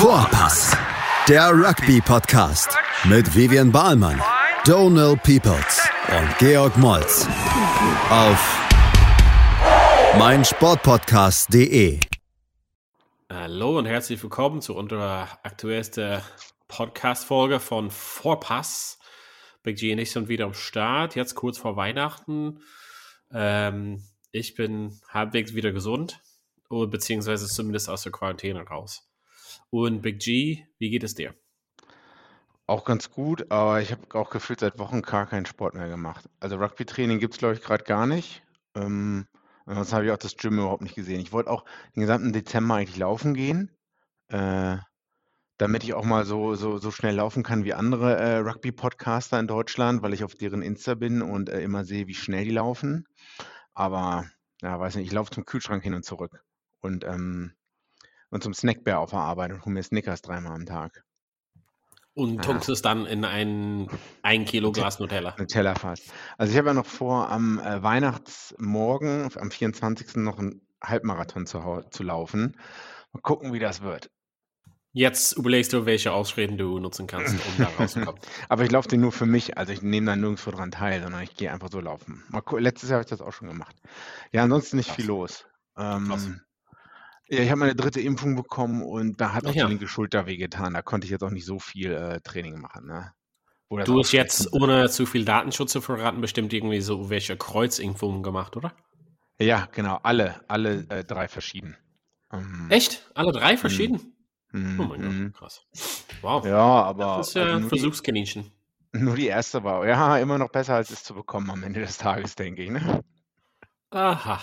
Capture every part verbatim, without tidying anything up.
Vorpass, der Rugby-Podcast mit Vivian Bahlmann, Donald Peoples und Georg Moltz auf meinsportpodcast punkt de. Hallo und herzlich willkommen zu unserer aktuellsten Podcast-Folge von Vorpass. Big G und ich sind wieder am Start, jetzt kurz vor Weihnachten. Ähm, ich bin halbwegs wieder gesund, beziehungsweise zumindest aus der Quarantäne raus. Und Big G, wie geht es dir? Auch ganz gut, aber ich habe auch gefühlt seit Wochen gar keinen Sport mehr gemacht. Also Rugby-Training gibt es, glaube ich, gerade gar nicht. Ähm, ansonsten habe ich auch das Gym überhaupt nicht gesehen. Ich wollte auch den gesamten Dezember eigentlich laufen gehen, äh, damit ich auch mal so, so, so schnell laufen kann wie andere äh, Rugby-Podcaster in Deutschland, weil ich auf deren Insta bin und äh, immer sehe, wie schnell die laufen. Aber, ja, weiß nicht, ich laufe zum Kühlschrank hin und zurück und, ähm, und zum Snackbär auf der Arbeit und hole mir Snickers dreimal am Tag. Und Ja. tunkst es dann in ein ein Kilo Glas Nutella. Nutella fast. Also ich habe ja noch vor, am äh, Weihnachtsmorgen, am vierundzwanzigsten noch einen Halbmarathon zu, hau- zu laufen. Mal gucken, wie das wird. Jetzt überlegst du, welche Ausreden du nutzen kannst, um da rauszukommen. Aber ich laufe den nur für mich, also ich nehme da nirgendwo dran teil, sondern ich gehe einfach so laufen. Mal gu- Letztes Jahr habe ich das auch schon gemacht. Ja, ansonsten nicht Krass. viel los. Krass. Ähm, ja, ich habe meine dritte Impfung bekommen und da hat Ach auch ja. die linke Schulter wehgetan. Da konnte ich jetzt auch nicht so viel äh, Training machen. Ne? Wo das Du auch hast schlecht jetzt, ist. ohne zu viel Datenschutz zu verraten, bestimmt irgendwie so welche Kreuzimpfungen gemacht, oder? Ja, genau, alle, alle äh, drei verschieden. Ähm, Echt? Alle drei verschieden? Mhm. Oh mein Mhm. Gott, krass. Wow. Ja, aber Das ist ja also ein nur die, Versuchskaninchen. nur die erste war, ja, immer noch besser, als es zu bekommen am Ende des Tages, denke ich. Ne? Aha.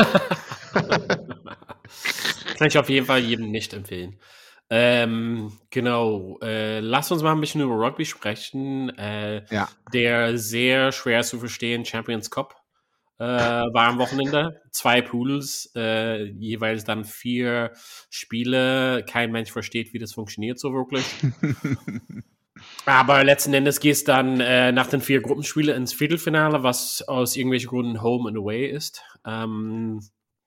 Kann ich auf jeden Fall jedem nicht empfehlen. Ähm, genau, äh, lass uns mal ein bisschen über Rugby sprechen. Äh, Ja, der sehr schwer zu verstehen Champions Cup äh, war am Wochenende. Zwei Pools, äh, jeweils dann vier Spiele. Kein Mensch versteht, wie das funktioniert so wirklich. Aber letzten Endes geht es dann äh, nach den vier Gruppenspielen ins Viertelfinale, was aus irgendwelchen Gründen Home and Away ist. Ähm,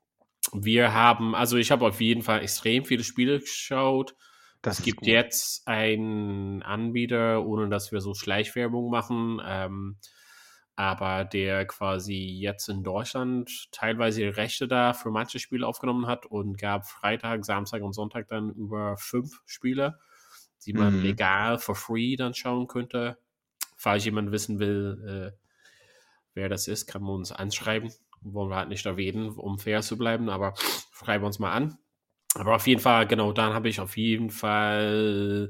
wir haben, also ich habe auf jeden Fall extrem viele Spiele geschaut. das Es ist gibt gut. jetzt einen Anbieter, ohne dass wir so Schleichwerbung machen, ähm, aber der quasi jetzt in Deutschland teilweise die Rechte da für manche Spiele aufgenommen hat und gab Freitag, Samstag und Sonntag dann über fünf Spiele, die man Mhm. legal for free dann schauen könnte. Falls jemand wissen will, äh, wer das ist, kann man uns anschreiben. Wollen wir halt nicht erwähnen, um fair zu bleiben, aber schreiben wir uns mal an. Aber auf jeden Fall, genau, dann habe ich auf jeden Fall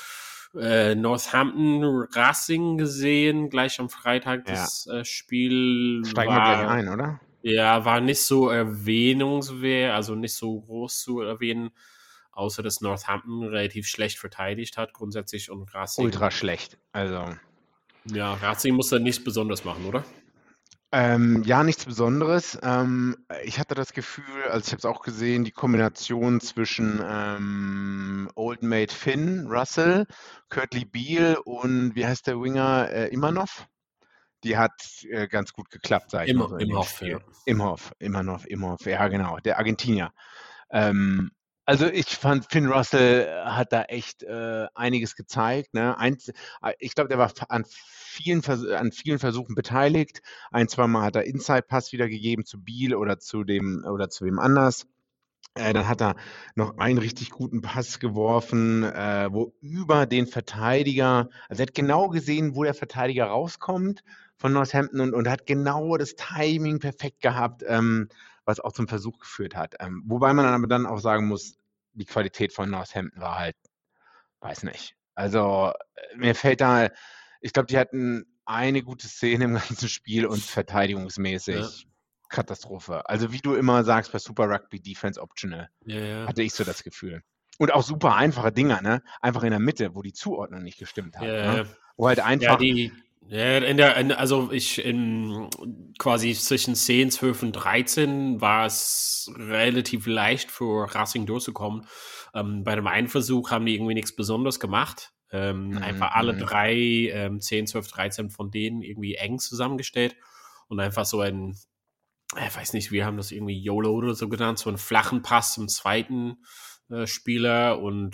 äh, Northampton Racing gesehen, gleich am Freitag. Ja. Das äh, Spiel Steigen wir gleich war, ein, oder? ja, war nicht so erwähnungswert, also nicht so groß zu erwähnen, außer dass Northampton relativ schlecht verteidigt hat grundsätzlich und Racing. Ultra schlecht. Also, Ja, Racing muss da nichts besonders machen, oder? ähm, ja, nichts Besonderes. Ähm, ich hatte das Gefühl, also ich habe es auch gesehen, die Kombination zwischen ähm, Old Mate Finn, Russell, Kurtley Beale und wie heißt der Winger, äh, Imanov? Die hat äh, ganz gut geklappt, sag ich Im, mal so in im dem Hof, Spiel. ja. Imhoff, Imanov, Imhoff, ja genau, der Argentinier. Ähm, also ich fand, Finn Russell hat da echt äh, einiges gezeigt. Ne? Eins, äh, ich glaube, der war an vielen, Vers an vielen Versuchen beteiligt. Ein, zwei Mal hat er Inside-Pass wieder gegeben zu Beal oder zu dem oder zu wem anders. Äh, dann hat er noch einen richtig guten Pass geworfen, äh, wo über den Verteidiger, also er hat genau gesehen, wo der Verteidiger rauskommt von Northampton und, und hat genau das Timing perfekt gehabt, ähm, was auch zum Versuch geführt hat. Ähm, wobei man dann aber dann auch sagen muss, die Qualität von Northampton war halt, weiß nicht. Also äh, mir fällt da, ich glaube, die hatten eine gute Szene im ganzen Spiel und verteidigungsmäßig Ja. Katastrophe. Also wie du immer sagst, bei Super Rugby Defense Optional Ja, ja. hatte ich so das Gefühl. Und auch super einfache Dinger, ne? Einfach in der Mitte, wo die Zuordnung nicht gestimmt hat. Ja, Ne? Wo halt ja, einfach, die, ja, in der, in, also ich in quasi zwischen zehn, zwölf und dreizehn war es relativ leicht für Racing durchzukommen. Ähm, bei dem einen Versuch haben die irgendwie nichts Besonderes gemacht. Ähm, Mhm, einfach alle mhm. drei, ähm, zehn, zwölf, dreizehn von denen irgendwie eng zusammengestellt und einfach so ein, ich weiß nicht, wir haben das irgendwie YOLO oder so genannt, so einen flachen Pass zum zweiten äh, Spieler und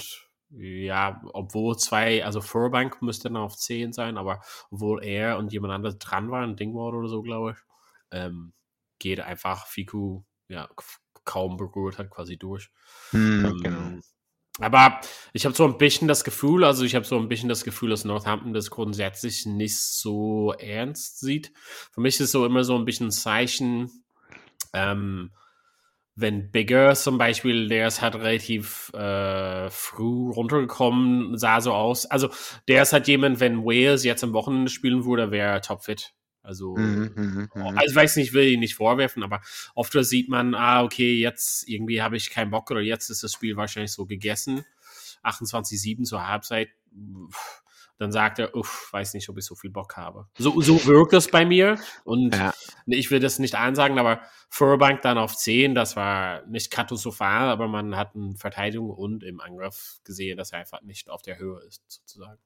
ja, obwohl zwei, also Furbank müsste dann auf zehn sein, aber obwohl er und jemand anderes dran waren, Dingwall oder so, glaube ich, ähm, geht einfach Fiku, ja, kaum berührt hat quasi durch. Hm, ähm, genau. Aber ich habe so ein bisschen das Gefühl, also ich habe so ein bisschen das Gefühl, dass Northampton das grundsätzlich nicht so ernst sieht. Für mich ist so immer so ein bisschen ein Zeichen, ähm, wenn Bigger zum Beispiel, der ist halt relativ äh, früh runtergekommen, sah so aus. Also der ist halt jemand, wenn Wales jetzt am Wochenende spielen würde, wäre er topfit. Also, Mhm, mhm, mhm. also ich weiß nicht, will ihn nicht vorwerfen, aber oft sieht man, ah, okay, jetzt irgendwie habe ich keinen Bock oder jetzt ist das Spiel wahrscheinlich so gegessen. achtundzwanzig sieben zur Halbzeit. Dann sagt er, uff, weiß nicht, ob ich so viel Bock habe. So, so wirkt es bei mir. Und Ja. ich will das nicht ansagen, aber Furbank dann auf zehn, das war nicht katastrophal, aber man hat in Verteidigung und im Angriff gesehen, dass er einfach nicht auf der Höhe ist, sozusagen.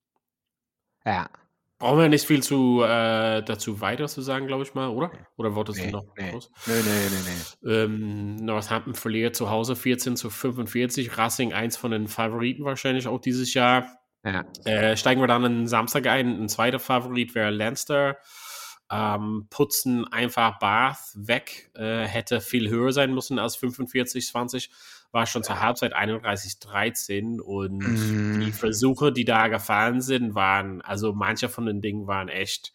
Ja. Brauchen wir nicht viel zu, äh, dazu weiter zu sagen, glaube ich mal, oder? Oder wolltest Nee, du noch nee. groß? Nee, nee, nee, nee. Ähm, Northampton verliert zu Hause vierzehn zu fünfundvierzig. Racing, eins von den Favoriten wahrscheinlich auch dieses Jahr. Ja. Äh, steigen wir dann in Samstag ein. Ein zweiter Favorit wäre Leinster. Ähm, putzen einfach Bath weg. Äh, hätte viel höher sein müssen als fünfundvierzig zwanzig. War schon zur Halbzeit einunddreißig dreizehn. Und Mm. die Versuche, die da gefallen sind, waren, also manche von den Dingen waren echt,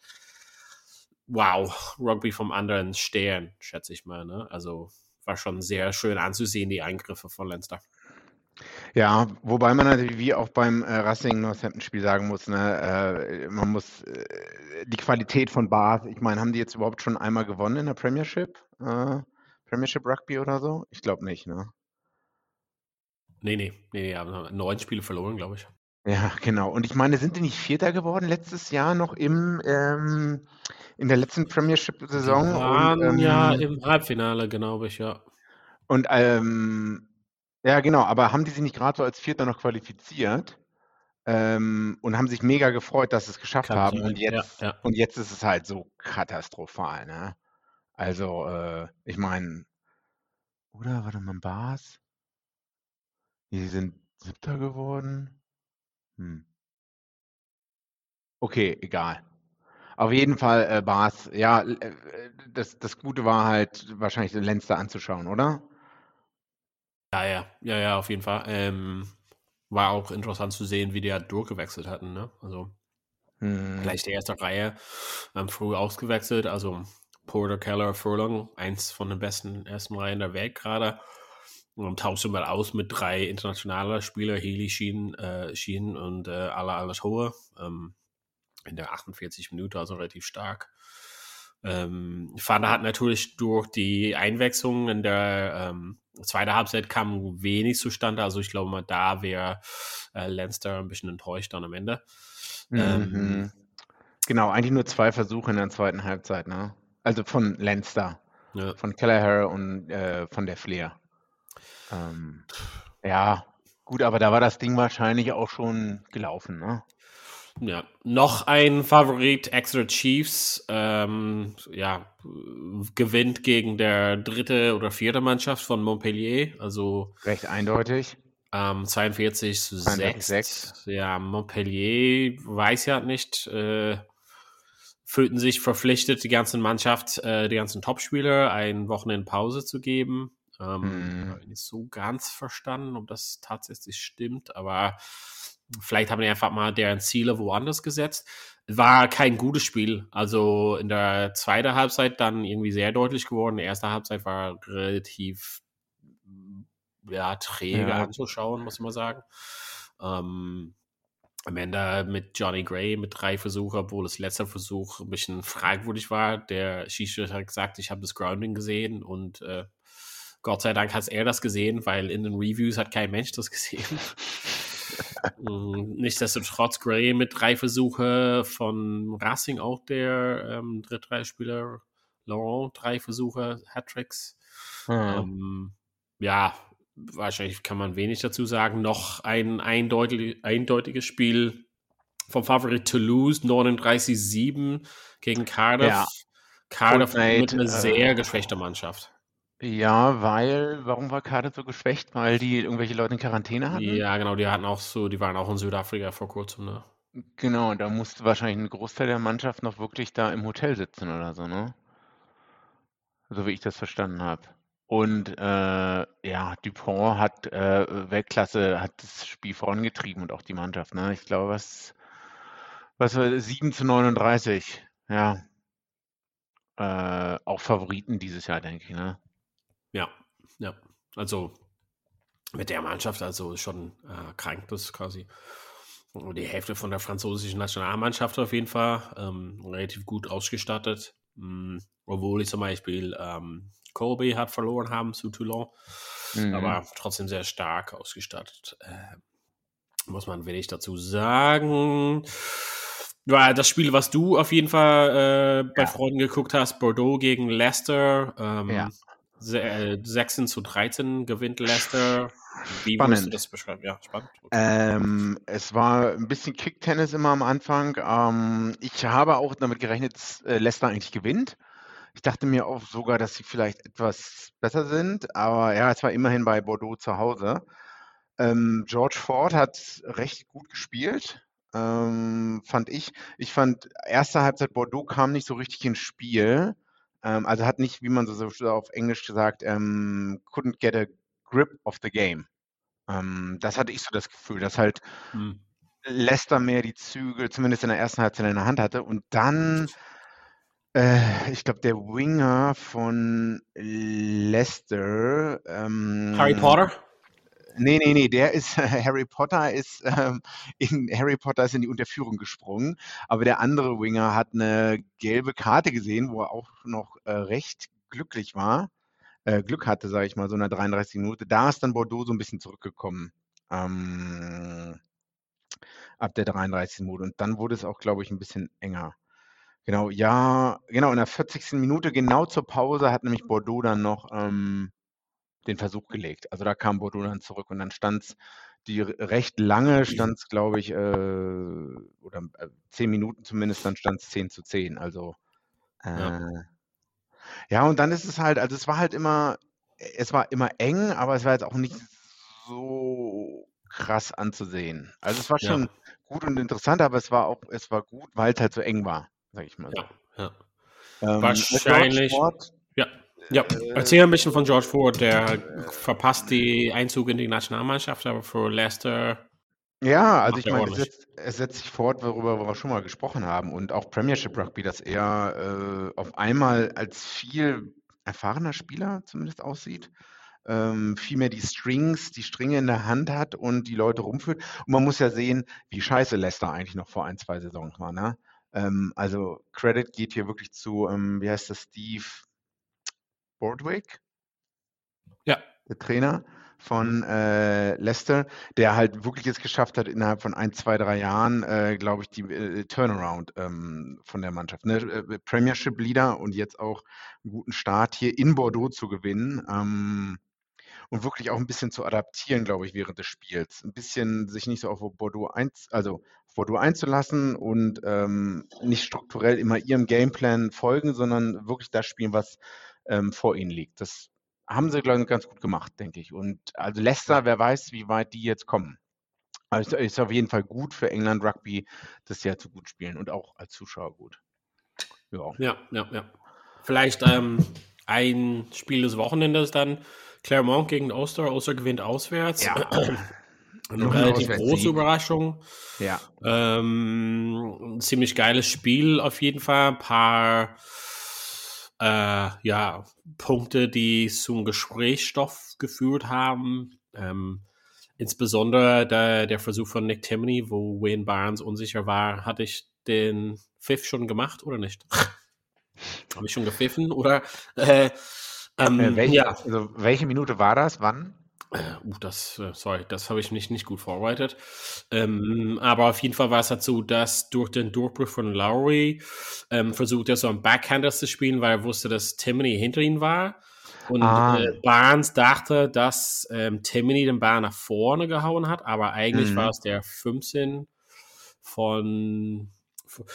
wow, Rugby vom anderen Stern, schätze ich mal. Ne? Also war schon sehr schön anzusehen, die Eingriffe von Leinster. Ja, wobei man natürlich wie auch beim äh, Racing Northampton-Spiel sagen muss, ne, äh, man muss äh, die Qualität von Bath, ich meine, haben die jetzt überhaupt schon einmal gewonnen in der Premiership? Äh, Premiership Rugby oder so? Ich glaube nicht, ne? Nee, nee, nee, nee, aber neun Spiele verloren, glaube ich. Ja, genau. Und ich meine, sind die nicht Vierter geworden letztes Jahr noch im ähm, in der letzten Premiership-Saison? Die waren Und, ähm, ja im Halbfinale, glaube ich, ja. Und ähm, ja, genau, aber haben die sich nicht gerade so als Vierter noch qualifiziert? Ähm, und haben sich mega gefreut, dass sie es geschafft Kann haben. sein, Und ja, jetzt, ja. und jetzt ist es halt so katastrophal, ne? Also, äh, ich meine, oder warte mal, Bars? Die sind Siebter geworden. Hm. Okay, egal. Auf jeden Fall, äh, Bars, ja, äh, das, das Gute war halt wahrscheinlich den Leinster anzuschauen, oder? Ja, ja, ja, ja, auf jeden Fall. Ähm, war auch interessant zu sehen, wie die halt durchgewechselt hatten, ne? Also Hm. gleich die erste Reihe ähm, früh ausgewechselt. Also Porter, Keller, Furlong, eins von den besten ersten Reihen der Welt gerade. Und tauschte mal aus mit drei internationalen Spieler, Healy, Sheen, äh, Sheen und äh, Ala Alatoa. Ähm, in der achtundvierzig Minuten, also relativ stark. Ähm, Vater hat natürlich durch die Einwechslung in der ähm, zweiten Halbzeit kam wenig zustande. Also ich glaube mal, da wäre äh, Leinster ein bisschen enttäuscht dann am Ende. Mhm. Ähm, Genau, eigentlich nur zwei Versuche in der zweiten Halbzeit, ne? Also von Leinster, ja. von Kelleher und äh, von der Flair. Ähm, ja, gut, aber da war das Ding wahrscheinlich auch schon gelaufen, ne? Ja, noch ein Favorit, Exeter Chiefs, ähm, ja, gewinnt gegen der dritte oder vierte Mannschaft von Montpellier, also Recht eindeutig. ähm, zweiundvierzig zu zweiundvierzig sechs. sechs. Ja, Montpellier weiß ja nicht, äh, fühlten sich verpflichtet, die ganze Mannschaft, äh, die ganzen Topspieler ein Wochenende Pause zu geben. Ähm, Hm. Habe ich nicht so ganz verstanden, ob das tatsächlich stimmt, aber vielleicht haben die einfach mal deren Ziele woanders gesetzt. War kein gutes Spiel. Also in der zweiten Halbzeit dann irgendwie sehr deutlich geworden. Die erste Halbzeit war relativ ja, träge Ja. anzuschauen, muss man sagen. Ähm, am Ende mit Johnny Gray mit drei Versuchen, obwohl das letzte Versuch ein bisschen fragwürdig war. Der Schiedsrichter hat gesagt, ich habe das Grounding gesehen und äh, Gott sei Dank hat er das gesehen, weil in den Reviews hat kein Mensch das gesehen. Nichtsdestotrotz Gray mit drei Versuche, von Racing auch der ähm, Drittreispieler Laurent, drei Versuche, Hattricks. Hm. Ähm, ja, wahrscheinlich kann man wenig dazu sagen. Noch ein eindeutig, eindeutiges Spiel vom Favorit Toulouse, neununddreißig sieben gegen Cardiff. Ja. Cardiff Old Maid, mit einer äh, sehr geschwächten Mannschaft. Ja, weil, warum war Cardiff so geschwächt? Weil die irgendwelche Leute in Quarantäne hatten? Ja, genau, die hatten auch so, die waren auch in Südafrika vor kurzem, ne? Genau, da musste wahrscheinlich ein Großteil der Mannschaft noch wirklich da im Hotel sitzen oder so, ne? So wie ich das verstanden habe. Und äh, ja, Dupont hat äh, Weltklasse, hat das Spiel vorangetrieben und auch die Mannschaft, ne? Ich glaube, was, was war das? sieben zu neununddreißig. Ja, äh, auch Favoriten dieses Jahr, denke ich, ne? Ja, ja. Also mit der Mannschaft, also schon äh, krank bis quasi. Und die Hälfte von der französischen Nationalmannschaft auf jeden Fall ähm, relativ gut ausgestattet. Mm, obwohl ich zum Beispiel ähm, Colby hat verloren haben zu Toulon, Mhm. aber trotzdem sehr stark ausgestattet. Äh, muss man wenig dazu sagen. Ja, das Spiel, was du auf jeden Fall äh, bei Ja, Freunden geguckt hast, Bordeaux gegen Leicester, ja. ähm, se- äh, sechzehn zu dreizehn gewinnt Leicester. Wie würdest du Spannend. das beschreiben? Ja, spannend. Okay. Ähm, es war ein bisschen Kick-Tennis immer am Anfang. Ähm, ich habe auch damit gerechnet, dass äh, Leicester eigentlich gewinnt. Ich dachte mir auch sogar, dass sie vielleicht etwas besser sind, aber ja, es war immerhin bei Bordeaux zu Hause. Ähm, George Ford hat recht gut gespielt, ähm, fand ich. Ich fand, erste Halbzeit Bordeaux kam nicht so richtig ins Spiel. Ähm, also hat nicht, wie man so, so auf Englisch gesagt, ähm, couldn't get a grip of the game. Ähm, das hatte ich so das Gefühl, dass halt Hm. Leicester mehr die Zügel, zumindest in der ersten Halbzeit in der Hand hatte. Und dann, äh, ich glaube, der Winger von Leicester, Harry ähm, Potter? nee, nee, nee, der ist, Harry Potter ist, ähm, in, Harry Potter ist in die Unterführung gesprungen, aber der andere Winger hat eine gelbe Karte gesehen, wo er auch noch äh, recht glücklich war, äh, Glück hatte, sage ich mal, so in der dreiunddreißigsten Minute. Da ist dann Bordeaux so ein bisschen zurückgekommen. Ähm, ab der dreiunddreißigsten Minute. Und dann wurde es auch, glaube ich, ein bisschen enger. Genau, ja, genau, in der vierzigsten Minute, genau zur Pause, hat nämlich Bordeaux dann noch ähm, den Versuch gelegt. Also da kam Bordeaux dann zurück und dann stand es, die recht lange stand es, glaube ich, äh, oder äh, zehn Minuten zumindest, dann stand es zehn zu zehn. Also Ja, äh, ja, und dann ist es halt, also es war halt immer, es war immer eng, aber es war jetzt auch nicht so krass anzusehen. Also es war ja, schon gut und interessant, aber es war auch, es war gut, weil es halt so eng war, sage ich mal ja, so. ja. Ähm, George Wahrscheinlich, Ford, ja. Ja, äh, erzähl ein bisschen von George Ford. Der verpasst die Einzug in die Nationalmannschaft, aber für Leicester ja, also macht ich er meine, es ordentlich. setzt, es setzt sich fort, worüber wir schon mal gesprochen haben und auch Premiership Rugby, dass er äh, auf einmal als viel erfahrener Spieler zumindest aussieht. Ähm, viel mehr die Strings, die Stringe in der Hand hat und die Leute rumführt. Und man muss ja sehen, wie scheiße Leicester eigentlich noch vor ein, zwei Saisons war. Ne? Ähm, also Credit geht hier wirklich zu, ähm, wie heißt das, Steve Bordwick, Ja, der Trainer von äh, Leicester, der halt wirklich es geschafft hat, innerhalb von ein, zwei, drei Jahren, äh, glaube ich, die äh, Turnaround ähm, von der Mannschaft, ne? Äh, Premiership-Leader und jetzt auch einen guten Start hier in Bordeaux zu gewinnen. Ähm, und wirklich auch ein bisschen zu adaptieren, glaube ich, während des Spiels. Ein bisschen sich nicht so auf Bordeaux eins, also auf Bordeaux einzulassen und ähm, nicht strukturell immer ihrem Gameplan folgen, sondern wirklich das spielen, was ähm, vor ihnen liegt. Das haben sie, glaube ich, ganz gut gemacht, denke ich. Und also ja, Leicester, wer weiß, wie weit die jetzt kommen. Also ist auf jeden Fall gut für England Rugby, das Jahr zu gut spielen und auch als Zuschauer gut. Ja. ja, ja, ja. Vielleicht ähm, ein Spiel des Wochenendes dann. Clermont gegen Ulster. Ulster gewinnt auswärts. Ja, Eine noch ein relativ große Auswärtssieg. Überraschung. Ja. Ähm, ein ziemlich geiles Spiel auf jeden Fall. Ein paar äh, ja, Punkte, die zum Gesprächsstoff geführt haben. Ähm, insbesondere der, der Versuch von Nick Timoney, wo Wayne Barnes unsicher war, hatte ich den Pfiff schon gemacht oder nicht? Habe ich schon gepfiffen oder? Äh, Äh, ähm, welche, ja, also welche Minute war das? Wann? Äh, uh, das, äh, sorry, das habe ich nicht, nicht gut vorbereitet. Ähm, aber auf jeden Fall war es dazu, dass durch den Durchbruch von Lowry ähm, versucht er so einen Backhander zu spielen, weil er wusste, dass Timoney hinter ihm war. Und Ah, äh, Barnes dachte, dass ähm, Timoney den Ball nach vorne gehauen hat, aber eigentlich war mhm. es der fünfzehn von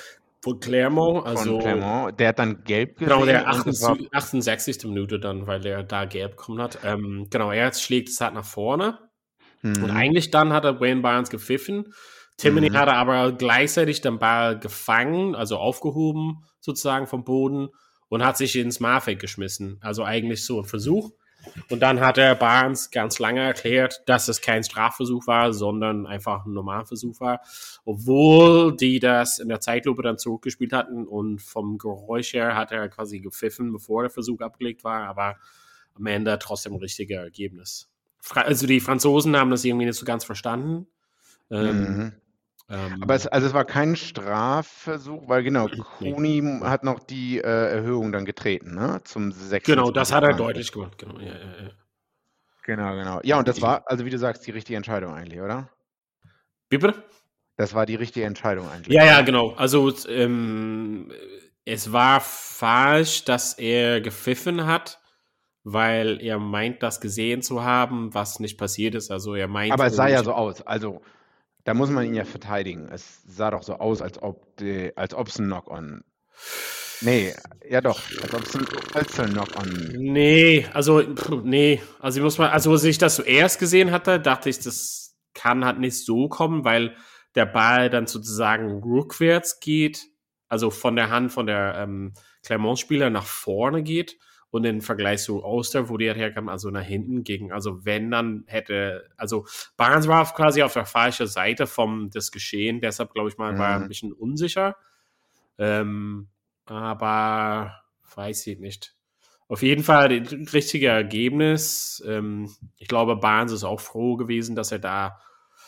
Von Clermont, also. Von Clermont. Der hat dann gelb gesehen. Genau, der und das war, achtundsechzigste Minute dann, weil der da gelb bekommen hat. Ähm, genau, er schlägt es halt nach vorne. Mhm. Und eigentlich dann hat er Wayne Barnes gepfiffen. Timoney Mhm. hat er aber gleichzeitig den Ball gefangen, also aufgehoben sozusagen vom Boden und hat sich ins Marfeld geschmissen. Also eigentlich so ein Versuch. Und dann hat er Barnes ganz lange erklärt, dass es kein Strafversuch war, sondern einfach ein Normalversuch war. Obwohl die das in der Zeitlupe dann zurückgespielt hatten und vom Geräusch her hat er quasi gepfiffen, bevor der Versuch abgelegt war, aber am Ende trotzdem ein richtiges Ergebnis. Also die Franzosen haben das irgendwie nicht so ganz verstanden. Ähm, Mhm. ähm, Aber es, also es war kein Strafversuch, weil genau, Kuni nee. hat noch die äh, Erhöhung dann getreten, ne? Zum sechsundzwanzig. Genau, das hat er deutlich gemacht. Genau, ja, ja, ja. Genau, genau. Ja, und das war, also wie du sagst, die richtige Entscheidung eigentlich, oder? Wie bitte? Das war die richtige Entscheidung eigentlich. Ja, ja, genau. Also ähm, es war falsch, dass er gepfiffen hat, weil er meint, das gesehen zu haben, was nicht passiert ist. Also er meint. Aber es sah ja so aus. Also da muss man ihn ja verteidigen. Es sah doch so aus, als ob die, als ob es ein Knock-on. Nee, ja doch, als ob es ein, als ein Knock-on. Nee, also pff, nee, also ich muss mal, also als ich das zuerst gesehen hatte, dachte ich, das kann halt nicht so kommen, weil der Ball dann sozusagen rückwärts geht, also von der Hand von der ähm, Clermont-Spieler nach vorne geht und im Vergleich zu Oster, wo die halt herkam, also nach hinten ging. Also wenn dann hätte, also Barnes war quasi auf der falschen Seite vom des Geschehen, deshalb glaube ich mal, Mhm. war er ein bisschen unsicher. Ähm, aber weiß ich nicht. Auf jeden Fall das richtige Ergebnis. Ähm, ich glaube, Barnes ist auch froh gewesen, dass er da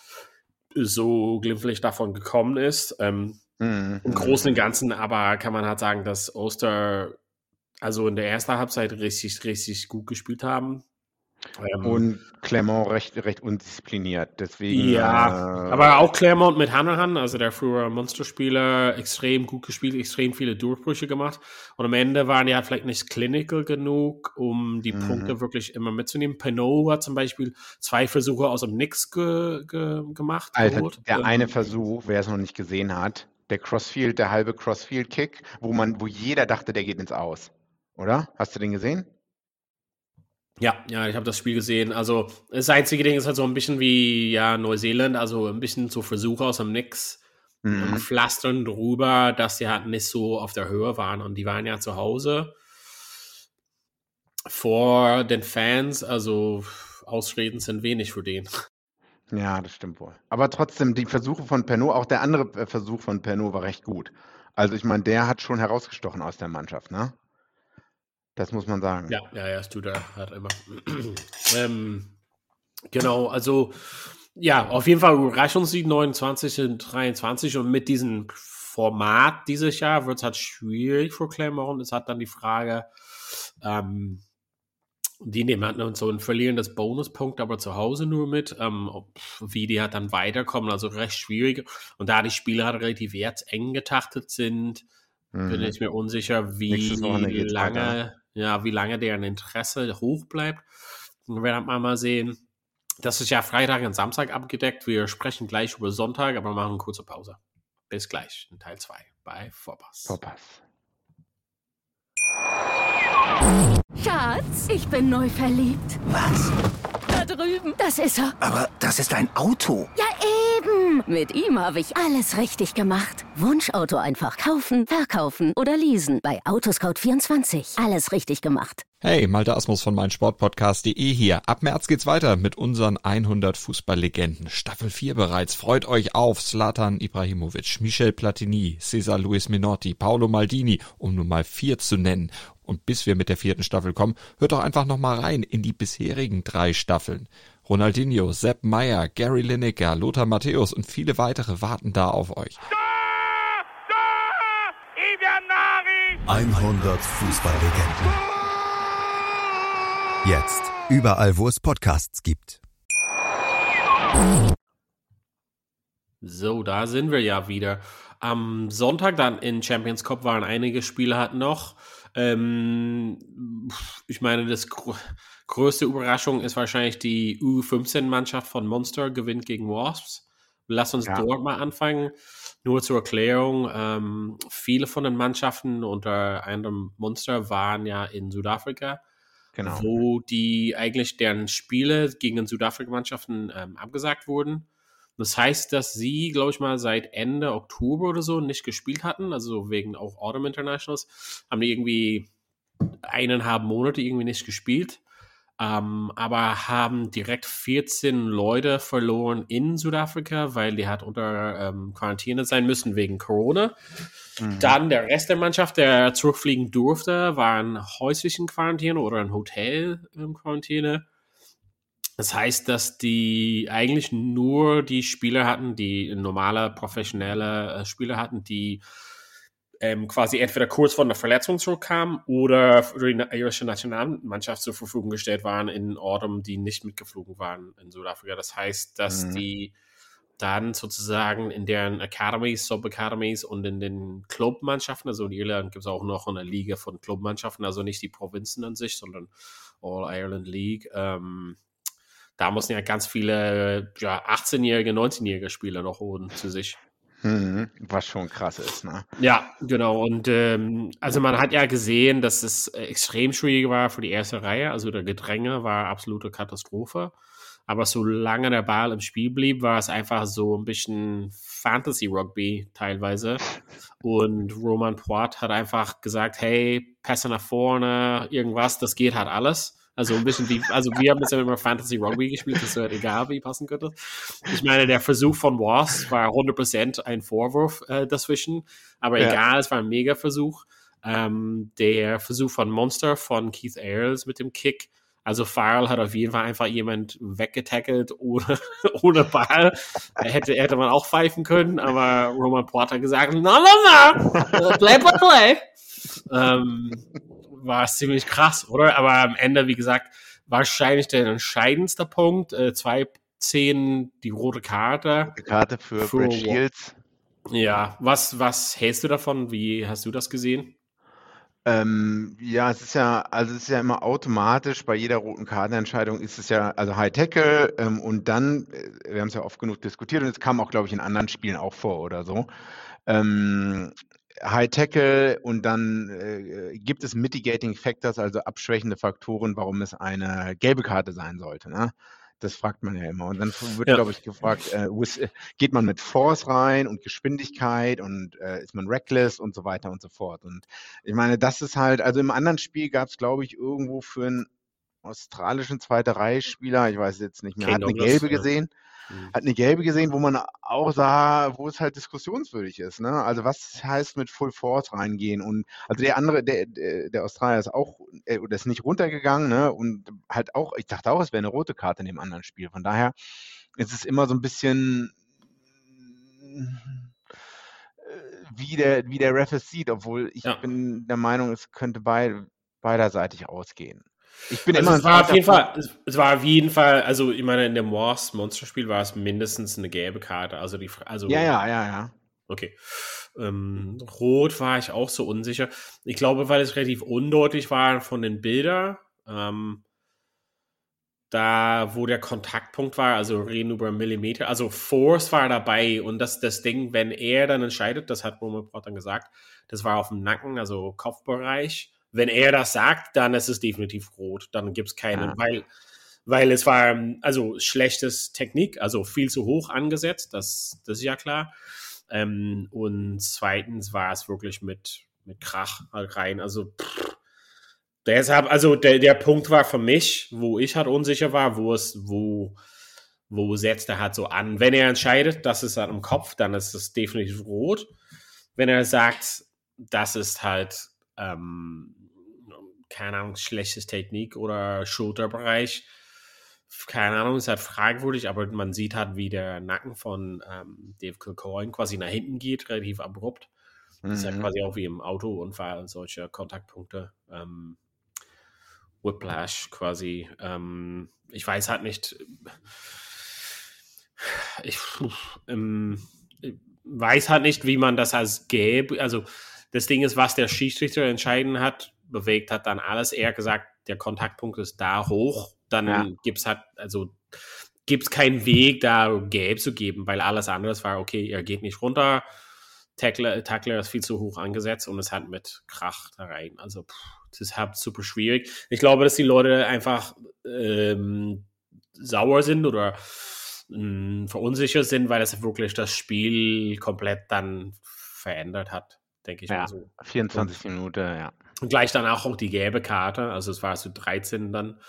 so glimpflich davon gekommen ist. Ähm, Mhm. Im Großen und Ganzen aber kann man halt sagen, dass Oster also in der ersten Halbzeit richtig, richtig gut gespielt haben. Ähm, Und Clermont recht, recht undiszipliniert. Deswegen. Ja, äh, aber auch Clermont mit Hanahan, also der frühere Monsterspieler, extrem gut gespielt, extrem viele Durchbrüche gemacht. Und am Ende waren die halt vielleicht nicht clinical genug, um die Mhm. Punkte wirklich immer mitzunehmen. Penaud hat zum Beispiel zwei Versuche aus dem Nix ge ge gemacht. Alter, geholt. der Ähm, eine Versuch, wer es noch nicht gesehen hat, der Crossfield, der halbe Crossfield-Kick, wo man, wo jeder dachte, der geht ins Aus. Oder? Hast du den gesehen? Ja, ja, ich habe das Spiel gesehen. Also das einzige Ding ist halt so ein bisschen wie ja Neuseeland, also ein bisschen so Versuche aus dem Nix. Mhm. Und Pflastern drüber, dass die halt nicht so auf der Höhe waren. Und die waren ja zu Hause vor den Fans, also Ausreden sind wenig für den. Ja, das stimmt wohl. Aber trotzdem, die Versuche von Penaud, auch der andere äh, Versuch von Penaud war recht gut. Also ich meine, der hat schon herausgestochen aus der Mannschaft, ne? Das muss man sagen. Ja, ja, ja, das tut er halt immer. ähm, genau, also ja, auf jeden Fall Überraschungssieg neunundzwanzig und dreiundzwanzig und mit diesem Format dieses Jahr wird es halt schwierig für Clermont. Es hat dann die Frage, ähm, die nehmen halt so einen verlierendes Bonuspunkt, aber zu Hause nur mit, ähm, ob, wie die halt dann weiterkommen, also recht schwierig. Und da die Spiele halt relativ jetzt eng getaktet sind, Mhm. bin ich mir unsicher, wie Nächstes Wochenende geht's lange, weiter. ja, wie lange deren Interesse hoch bleibt. Wir werden mal mal sehen. Das ist ja Freitag und Samstag abgedeckt. Wir sprechen gleich über Sonntag, aber machen eine kurze Pause. Bis gleich in Teil zwei bei Vorpass. Vorpass. Schatz, ich bin neu verliebt. Was? Da drüben. Das ist er. Aber das ist ein Auto. Ja, eben. Mit ihm habe ich alles richtig gemacht. Wunschauto einfach kaufen, verkaufen oder leasen. Bei Autoscout vierundzwanzig. Alles richtig gemacht. Hey, Malte Asmus von meinsportpodcast punkt de hier. Ab März geht's weiter mit unseren hundert Fußballlegenden. Staffel vier bereits. Freut euch auf Zlatan Ibrahimovic, Michel Platini, Cesar Luis Minotti, Paolo Maldini, um nur mal vier zu nennen. Und bis wir mit der vierten Staffel kommen, hört doch einfach noch mal rein in die bisherigen drei Staffeln. Ronaldinho, Sepp Maier, Gary Lineker, Lothar Matthäus und viele weitere warten da auf euch. hundert Fußballlegenden. Jetzt überall, wo es Podcasts gibt. So, da sind wir ja wieder. Am Sonntag dann in Champions Cup waren einige Spiele halt noch. Ähm, ich meine, das gr- größte Überraschung ist wahrscheinlich die U fünfzehn-Mannschaft von Munster gewinnt gegen Wasps. Lass uns Ja. dort mal anfangen. Nur zur Erklärung, ähm, viele von den Mannschaften unter anderem Munster waren ja in Südafrika, Genau. wo die eigentlich deren Spiele gegen Südafrika-Mannschaften ähm, abgesagt wurden. Das heißt, dass sie, glaube ich mal, seit Ende Oktober oder so nicht gespielt hatten, also wegen auch Autumn Internationals, haben die irgendwie eineinhalb Monate irgendwie nicht gespielt. Um, aber haben direkt vierzehn Leute verloren in Südafrika, weil die halt unter ähm, Quarantäne sein müssen wegen Corona. Mhm. Dann der Rest der Mannschaft, der zurückfliegen durfte, war in häuslichen Quarantäne oder in Hotel in Quarantäne. Das heißt, dass die eigentlich nur die Spieler hatten, die normale, professionelle äh, Spieler hatten, die Ähm, quasi entweder kurz vor einer Verletzung zurückkamen oder für die irische Nationalmannschaft zur Verfügung gestellt waren in Orten, die nicht mitgeflogen waren in Südafrika. Das heißt, dass mhm. die dann sozusagen in deren Academies, Sub-Academies und in den Clubmannschaften, also in Irland gibt es auch noch eine Liga von Clubmannschaften, also nicht die Provinzen an sich, sondern All-Ireland League. Ähm, da mussten ja ganz viele ja, achtzehnjährige, neunzehnjährige Spieler noch holen zu sich. Mhm, was schon krass ist, ne? Ja, genau. Und ähm, also man hat ja gesehen, dass es extrem schwierig war für die erste Reihe. Also der Gedränge war absolute Katastrophe. Aber solange der Ball im Spiel blieb, war es einfach so ein bisschen Fantasy-Rugby teilweise. Und Romain Poite hat einfach gesagt, hey, Pässe nach vorne, irgendwas, das geht halt alles. Also ein bisschen wie, also wir haben jetzt ja immer Fantasy Rugby gespielt, das ist halt egal, wie passen könnte. Ich meine, der Versuch von Ross war hundert Prozent ein Vorwurf äh, dazwischen, aber ja. egal, es war ein Mega-Versuch. Ähm, der Versuch von Munster, von Keith Ayres mit dem Kick, also Farrell hat auf jeden Fall einfach jemand weggetackelt ohne, ohne Ball. Hätte, hätte man auch pfeifen können, aber Romain Poite hat gesagt, no, no, no, play, play, play. ähm, war es ziemlich krass, oder? Aber am Ende, wie gesagt, wahrscheinlich der entscheidendste Punkt. Äh, zwei zehn die rote Karte. Rote Karte für, für Brad Shields. Ja, was, was hältst du davon? Wie hast du das gesehen? Ähm, ja, es ist ja, also es ist ja immer automatisch, bei jeder roten Kartenentscheidung ist es ja, also High Tackle ähm, und dann, äh, wir haben es ja oft genug diskutiert und es kam auch, glaube ich, in anderen Spielen auch vor oder so. Ähm, High Tackle und dann äh, gibt es Mitigating Factors, also abschwächende Faktoren, warum es eine gelbe Karte sein sollte. Ne? Das fragt man ja immer. Und dann wird, ja. glaube ich, gefragt, äh, geht man mit Force rein und Geschwindigkeit und äh, ist man reckless und so weiter und so fort. Und ich meine, das ist halt, also im anderen Spiel gab es, glaube ich, irgendwo für einen australischen zweite Reihe-Spieler, ich weiß jetzt nicht mehr, hat eine gelbe gesehen. Hat eine gelbe gesehen, wo man auch sah, wo es halt diskussionswürdig ist. Ne? Also was heißt mit Full Force reingehen? Und also der andere, der, der, der Australier ist auch, äh, oder ist nicht runtergegangen, ne? Und halt auch, ich dachte auch, es wäre eine rote Karte in dem anderen Spiel. Von daher ist es immer so ein bisschen wie der, wie der Ref es sieht, obwohl ich ja. bin der Meinung, es könnte bei, beiderseitig ausgehen. Ich bin also immer es war auf jeden Fall, es, es war auf jeden Fall, also ich meine, in dem Wars Monsterspiel war es mindestens eine gelbe Karte. Also die, also ja, ja, ja, ja. Okay. Ähm, Rot war ich auch so unsicher. Ich glaube, weil es relativ undeutlich war von den Bildern, ähm, da wo der Kontaktpunkt war, also reden über Millimeter, also Force war dabei und das, das Ding, wenn er dann entscheidet, das hat Romain Poite dann gesagt, das war auf dem Nacken, also Kopfbereich. Wenn er das sagt, dann ist es definitiv rot. Dann gibt es keine, ja. weil, weil es war, also schlechtes Technik, also viel zu hoch angesetzt, das, das ist ja klar. Ähm, und zweitens war es wirklich mit, mit Krach halt rein. Also pff, deshalb, also der, der Punkt war für mich, wo ich halt unsicher war, wo es, wo, wo setzt er halt so an. Wenn er entscheidet, das ist halt im Kopf, dann ist es definitiv rot. Wenn er sagt, das ist halt Ähm, keine Ahnung, schlechtes Technik oder Schulterbereich, keine Ahnung, ist halt fragwürdig, aber man sieht halt, wie der Nacken von ähm, Dave Kilcoyne quasi nach hinten geht, relativ abrupt. Das mhm. ist ja quasi auch wie im Autounfall, solche Kontaktpunkte. Ähm, Whiplash quasi. Ähm, ich weiß halt nicht, ich ähm, weiß halt nicht, wie man das als gelb, also das Ding ist, was der Schiedsrichter entscheiden hat, bewegt hat dann alles. Er gesagt, der Kontaktpunkt ist da hoch. Dann ja. gibt es halt, also gibt es keinen Weg, da gelb zu geben, weil alles andere war, okay, er geht nicht runter, Tackler, Tackler ist viel zu hoch angesetzt und es hat mit Krach da rein. Also pff, das ist halt super schwierig. Ich glaube, dass die Leute einfach ähm, sauer sind oder mh, verunsichert sind, weil es wirklich das Spiel komplett dann verändert hat, denke ich Ja, mal so. vierundzwanzig Minuten, ja. Und gleich danach auch die gelbe Karte, also es war so dreizehn dann.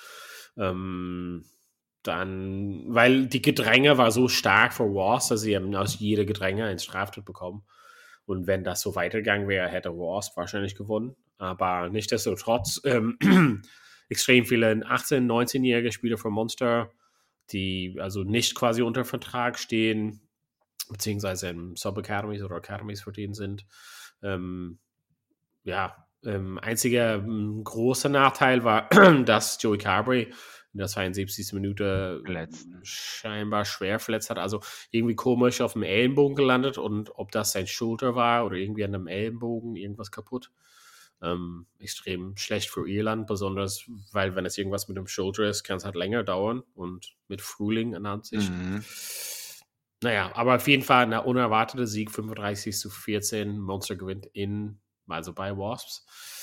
Ähm, dann, weil die Gedränge war so stark für Wasp, dass sie haben aus jeder Gedränge einen Straftritt bekommen. Und wenn das so weitergegangen wäre, hätte Wasp wahrscheinlich gewonnen. Aber nichtsdestotrotz ähm, extrem viele achtzehn-, neunzehnjährige Spieler von Munster, die also nicht quasi unter Vertrag stehen, beziehungsweise in Sub-Academies oder Academies für den sind. Ähm, ja, ähm, einziger ähm, großer Nachteil war, dass Joey Carberry in der zweiundsiebzigsten Minute Verletzt. scheinbar schwer verletzt hat. Also irgendwie komisch auf dem Ellenbogen gelandet und ob das sein Schulter war oder irgendwie an dem Ellenbogen irgendwas kaputt. Ähm, extrem schlecht für Irland, besonders, weil wenn es irgendwas mit dem Schulter ist, kann es halt länger dauern und mit Frühling an Ansicht. Mhm. Naja, aber auf jeden Fall ein unerwarteter Sieg, fünfunddreißig zu vierzehn. Munster gewinnt in, also bei Wasps.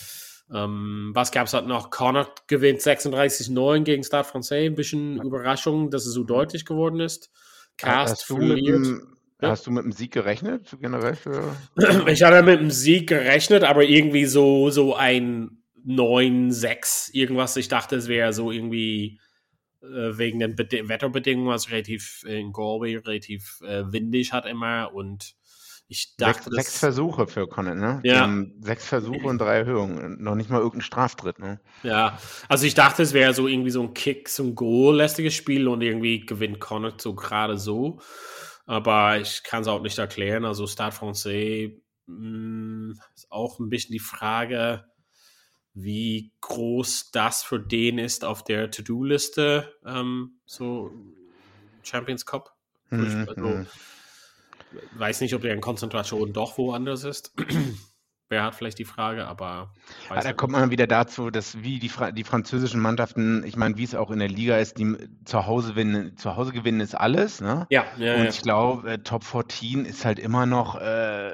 Ähm, was gab es halt noch? Connacht gewinnt sechsunddreißig neun gegen Stade Francais. Ein bisschen Überraschung, dass es so deutlich geworden ist. Cast Hast du, mit verliert. dem, Ja. hast du mit dem Sieg gerechnet, generell für? Ich hatte mit dem Sieg gerechnet, aber irgendwie so, so ein neun sechs irgendwas. Ich dachte, es wäre so irgendwie äh, wegen den Bede- Wetterbedingungen, was relativ äh, in Galway relativ äh, windig hat immer und ich dachte, Sechs, sechs Versuche für Connacht, ne? Die Ja. haben sechs Versuche und drei Erhöhungen. Noch nicht mal irgendein Straftritt, ne? Ja, also ich dachte, es wäre so irgendwie so ein Kick, so ein Goal-lästiges Spiel und irgendwie gewinnt Connacht so gerade so. Aber ich kann es auch nicht erklären. Also Stade Francais mh, ist auch ein bisschen die Frage, wie groß das für den ist auf der To-Do-Liste, ähm, so Champions Cup. Mhm, Also, mhm. weiß nicht, ob der in Konzentration doch woanders ist. Wer hat vielleicht die Frage, aber Ja, weiß da nicht. kommt man wieder dazu, dass wie die, Fra die französischen Mannschaften, ich meine, wie es auch in der Liga ist, die zu Hause gewinnen, zu Hause gewinnen ist alles, ne? Ja, ja, Und ja. ich glaube, äh, Top vierzehn ist halt immer noch äh,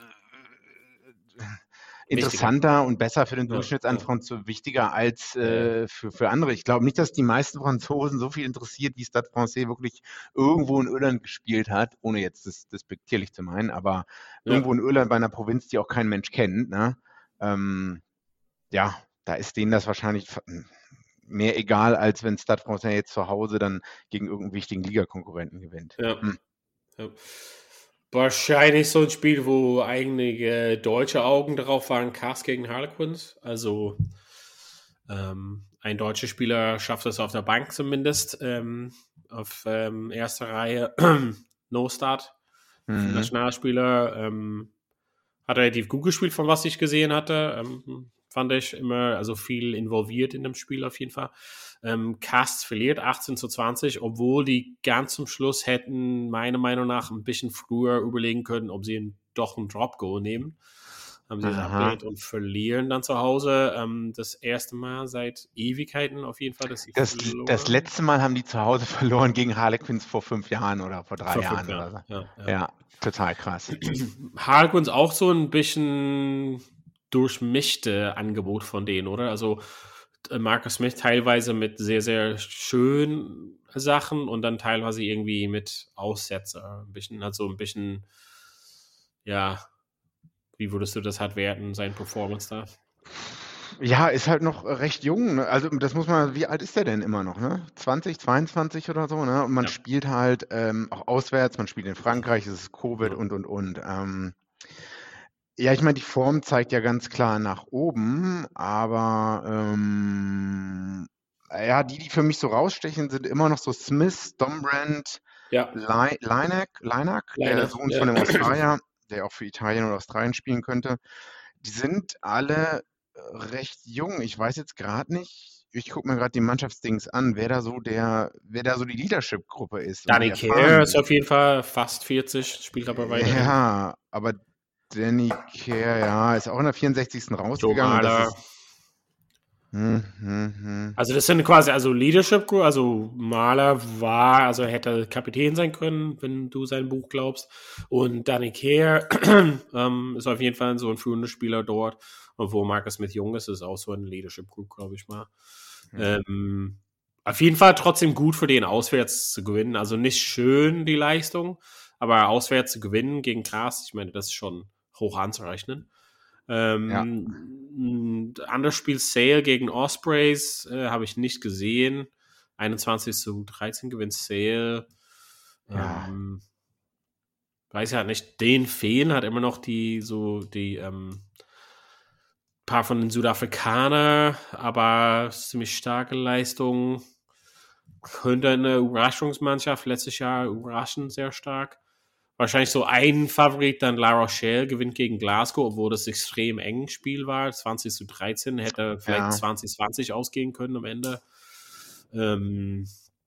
interessanter und besser für den Ja, Durchschnittsanfranzo, wichtiger als äh, für, für andere. Ich glaube nicht, dass die meisten Franzosen so viel interessiert, wie Stade Francais wirklich irgendwo in Irland gespielt hat, ohne jetzt das despektierlich zu meinen, aber Ja. irgendwo in Irland bei einer Provinz, die auch kein Mensch kennt, ne? Ähm, ja, da ist denen das wahrscheinlich f- mehr egal, als wenn Stade Francais jetzt zu Hause dann gegen irgendeinen wichtigen Ligakonkurrenten gewinnt. Ja. Hm. Ja. Wahrscheinlich so ein Spiel, wo einige deutsche Augen drauf waren, Cast gegen Harlequins. Also ähm, ein deutscher Spieler schafft es auf der Bank zumindest, ähm, auf ähm, erster Reihe No-Start. Mhm. Nationalspieler ähm, hat relativ gut gespielt, von was ich gesehen hatte. Ähm, fand ich immer, also viel involviert in dem Spiel auf jeden Fall. Ähm, Cast verliert achtzehn zu zwanzig, obwohl die ganz zum Schluss hätten meiner Meinung nach ein bisschen früher überlegen können, ob sie einen, doch einen Drop-Goal nehmen. Haben sie es Aha. abgelehnt und verlieren dann zu Hause. Ähm, das erste Mal seit Ewigkeiten auf jeden Fall, dass sie Das, verloren. das letzte Mal haben die zu Hause verloren gegen Harlequins vor fünf Jahren oder vor drei Vor Jahren fünf oder so. Jahren, ja, ja. Ja, total krass. Harlequins auch so ein bisschen durchmischte Angebot von denen, oder? Also äh, Marcus Smith teilweise mit sehr, sehr schönen Sachen und dann teilweise irgendwie mit Aussetzer. Ein bisschen, also ein bisschen, ja, wie würdest du das halt werten, sein Performance da? Ja, ist halt noch recht jung. Ne? Also das muss man, wie alt ist der denn immer noch, ne? zwanzig, zweiundzwanzig oder so, ne? Und man Ja. spielt halt ähm, auch auswärts, man spielt in Frankreich, es ist Covid Ja. und, und, und. Ähm, ja, ich meine, die Form zeigt ja ganz klar nach oben, aber ähm, ja, die, die für mich so rausstechen, sind immer noch so Smith, Dombrand, Ja, Li- Lineak, Lineak, der Lineak, Sohn ja. von dem Australier, der auch für Italien oder Australien spielen könnte. Die sind alle äh, recht jung. Ich weiß jetzt gerade nicht, ich gucke mir gerade die Mannschaftsdings an, wer da so der, wer da so die Leadership-Gruppe ist. und Danny die Kerr erfahren ist sind. auf jeden Fall fast vierzig, spielt aber weiter. Ja, aber Danny Kerr, ja, ist auch in der vierundsechzigsten Joe rausgegangen. und das Mahler. ist, Hm, hm, hm. Also das sind quasi, also Leadership Group, also Mahler war, also hätte Kapitän sein können, wenn du sein Buch glaubst. Und Danny Kehr ähm, ist auf jeden Fall so ein führender Spieler dort. Und wo Marcus Smith jung ist, ist auch so ein Leadership Group, glaube ich mal. Mhm. Ähm, auf jeden Fall trotzdem gut für den auswärts zu gewinnen. Also nicht schön die Leistung, aber auswärts zu gewinnen gegen Graz, ich meine, das ist schon hoch anzurechnen. Ähm, Ja. ein anderes Spiel, Sale gegen Ospreys, äh, habe ich nicht gesehen. einundzwanzig zu dreizehn gewinnt Sale. Ja. Ähm, weiß ja nicht, den Feen hat immer noch die, so, die, ähm, paar von den Südafrikanern, aber ziemlich starke Leistung. Könnte eine Überraschungsmannschaft letztes Jahr überraschen, sehr stark. Wahrscheinlich so ein Favorit, dann La Rochelle gewinnt gegen Glasgow, obwohl das extrem eng Spiel war. zwanzig zu dreizehn, hätte vielleicht Ja. zwanzig zwanzig ausgehen können am Ende. Ähm,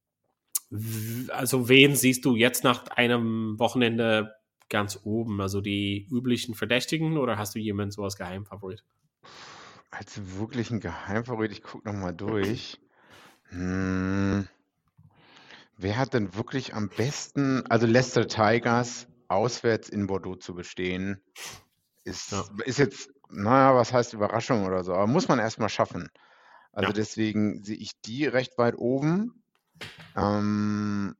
also wen siehst du jetzt nach einem Wochenende ganz oben? Also die üblichen Verdächtigen oder hast du jemanden so als Geheimfavorit? Als wirklichen Geheimfavorit, ich gucke nochmal durch. Hm. Wer hat denn wirklich am besten, also Leicester Tigers auswärts in Bordeaux zu bestehen, ist, Ja. ist jetzt, naja, was heißt Überraschung oder so, aber muss man erstmal schaffen. Also Ja. deswegen sehe ich die recht weit oben. Ähm,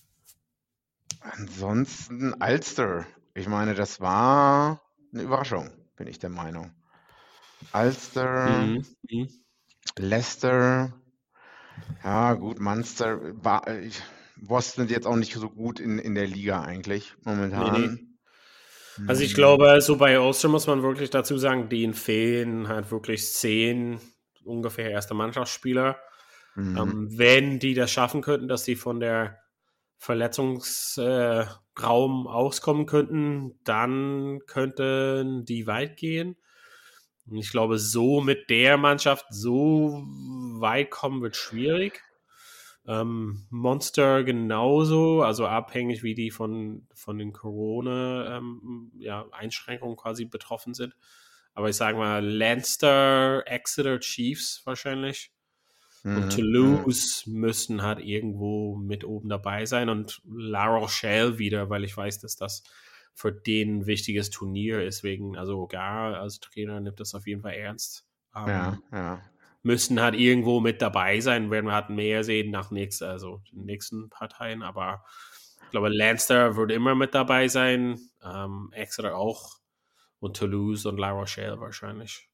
ansonsten Ulster. Ich meine, das war eine Überraschung, bin ich der Meinung. Ulster, Mhm. Mhm. Leicester, ja gut, Munster, war, ich, Wasps sind jetzt auch nicht so gut in, in der Liga eigentlich momentan. Nee, Also ich glaube, so bei Ulster muss man wirklich dazu sagen, denen fehlen halt wirklich zehn ungefähr erste Mannschaftsspieler. Mhm. Ähm, wenn die das schaffen könnten, dass sie von der Verletzungsraum äh, auskommen könnten, dann könnten die weit gehen. Und ich glaube, so mit der Mannschaft so weit kommen wird schwierig. Ähm, Monster genauso, also abhängig, wie die von, von den Corona-Einschränkungen ähm, ja, quasi betroffen sind. Aber ich sage mal, Leinster, Exeter, Chiefs wahrscheinlich Mhm. und Toulouse mhm. müssen halt irgendwo mit oben dabei sein und La Rochelle wieder, weil ich weiß, dass das für den ein wichtiges Turnier ist. Wegen, also Gar als Trainer nimmt das auf jeden Fall ernst. Ähm, Ja, ja. müssen halt irgendwo mit dabei sein, werden wir halt mehr sehen nach nächsten, also den nächsten Parteien, aber ich glaube, Leinster wird immer mit dabei sein, ähm, Exeter auch und Toulouse und La Rochelle wahrscheinlich,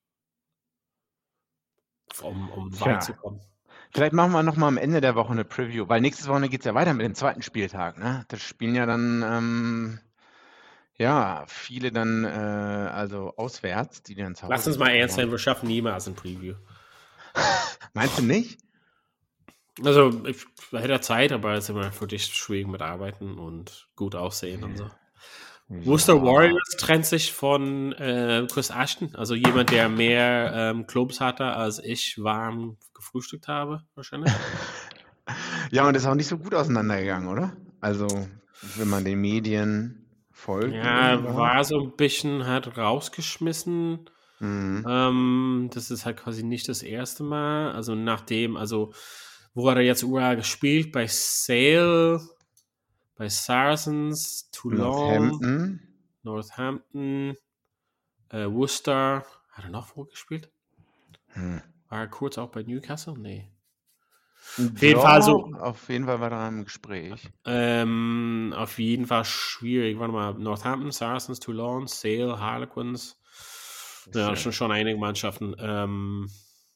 um, um Tja. weit zu kommen. Vielleicht machen wir nochmal am Ende der Woche eine Preview, weil nächste Woche geht es ja weiter mit dem zweiten Spieltag. Ne? Das spielen ja dann ähm, ja viele dann äh, also auswärts, die dann zu Hause Lass uns mal sind. ernst sein, wir schaffen niemals ein Preview. Meinst du nicht? Also, ich hätte Zeit, aber es ist immer für dich schwierig mit Arbeiten und gut aussehen und so. Ja. Worcester Warriors trennt sich von äh, Chris Ashton, also jemand, der mehr ähm, Clubs hatte, als ich warm gefrühstückt habe, wahrscheinlich. Ja, und das ist auch nicht so gut auseinandergegangen, oder? Also, wenn man den Medien folgt. Ja, war so ein bisschen halt rausgeschmissen. Mhm. Ähm, das ist halt quasi nicht das erste Mal. Also nachdem, also wo hat er jetzt überall gespielt? Bei Sale, bei Saracens, Toulon, Northampton, Northampton, äh, Worcester. Hat er noch wo gespielt? Hm. War er kurz auch bei Newcastle? Nee. Auf jeden Fall so- Auf jeden Fall war da im Gespräch. Ähm, auf jeden Fall schwierig. Warte mal, Northampton, Saracens, Toulon, Sale, Harlequins. Ja, schon, schon einige Mannschaften. Ähm,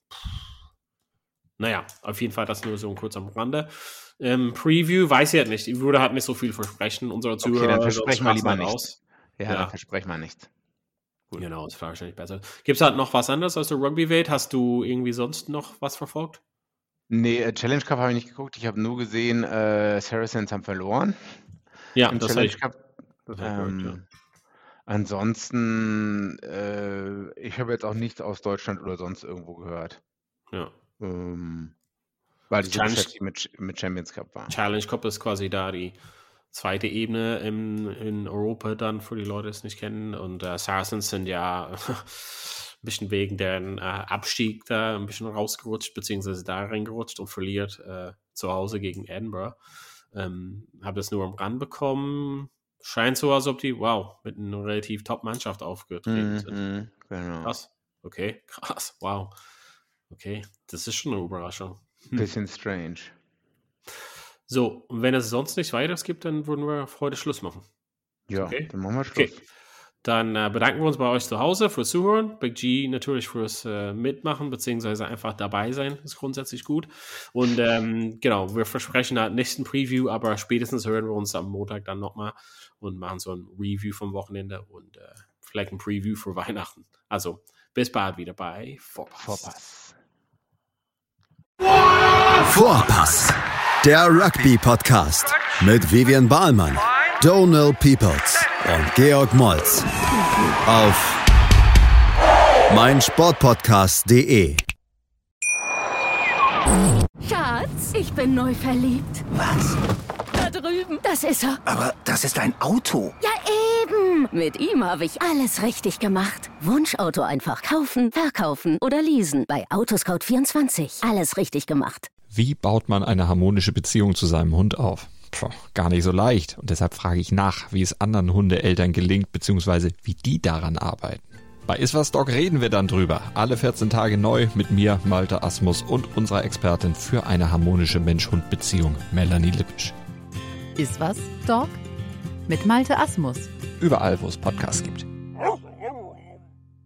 naja, auf jeden Fall das nur so kurz am Rande. Ähm, Preview weiß ich halt nicht. Ich würde halt nicht so viel versprechen. Unsere Okay, Zuhörer dann versprechen wir lieber halt nichts. aus. Ja, Ja. dann versprechen wir nichts. Gut. Genau, ist wahrscheinlich besser. Gibt es halt noch was anderes aus der Rugby-Welt? Hast du irgendwie sonst noch was verfolgt? Nee, äh, Challenge Cup habe ich nicht geguckt. Ich habe nur gesehen, äh, Saracens haben verloren Ja, im das habe Challenge ich, Cup. das hab ich gehört, ja. Ähm, ansonsten, äh, ich habe jetzt auch nichts aus Deutschland oder sonst irgendwo gehört. Ja. Ähm, weil ich so Challenge- beschäftigt mit, mit Champions Cup war. Challenge Cup ist quasi da die zweite Ebene in, in Europa dann, für die Leute, die es nicht kennen. Und äh, Saracens sind ja bisschen wegen deren äh, Abstieg da ein bisschen rausgerutscht, beziehungsweise da reingerutscht und verliert äh, zu Hause gegen Edinburgh. Ähm, habe das nur am Rand bekommen. Scheint so, als ob die, wow, mit einer relativ Top-Mannschaft aufgetreten sind. Mhm, genau. Krass. Okay, krass, wow. Okay, das ist schon eine Überraschung. Hm. Bisschen strange. So, und wenn es sonst nichts weiteres gibt, dann würden wir heute Schluss machen. Ja, okay? dann machen wir Schluss. Okay. Dann äh, bedanken wir uns bei euch zu Hause fürs Zuhören. Big G natürlich fürs äh, Mitmachen, beziehungsweise einfach dabei sein, ist grundsätzlich gut. Und ähm, genau, wir versprechen halt nicht ein Preview, aber spätestens hören wir uns am Montag dann nochmal und machen so ein Review vom Wochenende und äh, vielleicht ein Preview für Weihnachten. Also, bis bald wieder bei Vorpass. Vorpass. Vorpass, der Rugby-Podcast mit Vivian Bahlmann, Donald Peoples und Georg Moltz auf meinsportpodcast punkt de. Schatz, ich bin neu verliebt. Was? Da drüben. Das ist er. Aber das ist ein Auto. Ja, eben. Mit ihm habe ich alles richtig gemacht. Wunschauto einfach kaufen, verkaufen oder leasen. Bei Autoscout vierundzwanzig. Alles richtig gemacht. Wie baut man eine harmonische Beziehung zu seinem Hund auf? Puh, gar nicht so leicht. Und deshalb frage ich nach, wie es anderen Hundeeltern gelingt, beziehungsweise wie die daran arbeiten. Bei Iswas Dog reden wir dann drüber. Alle vierzehn Tage neu mit mir, Malte Asmus und unserer Expertin für eine harmonische Mensch-Hund-Beziehung, Melanie Lippisch. Iswas Dog mit Malte Asmus. Überall, wo es Podcasts gibt.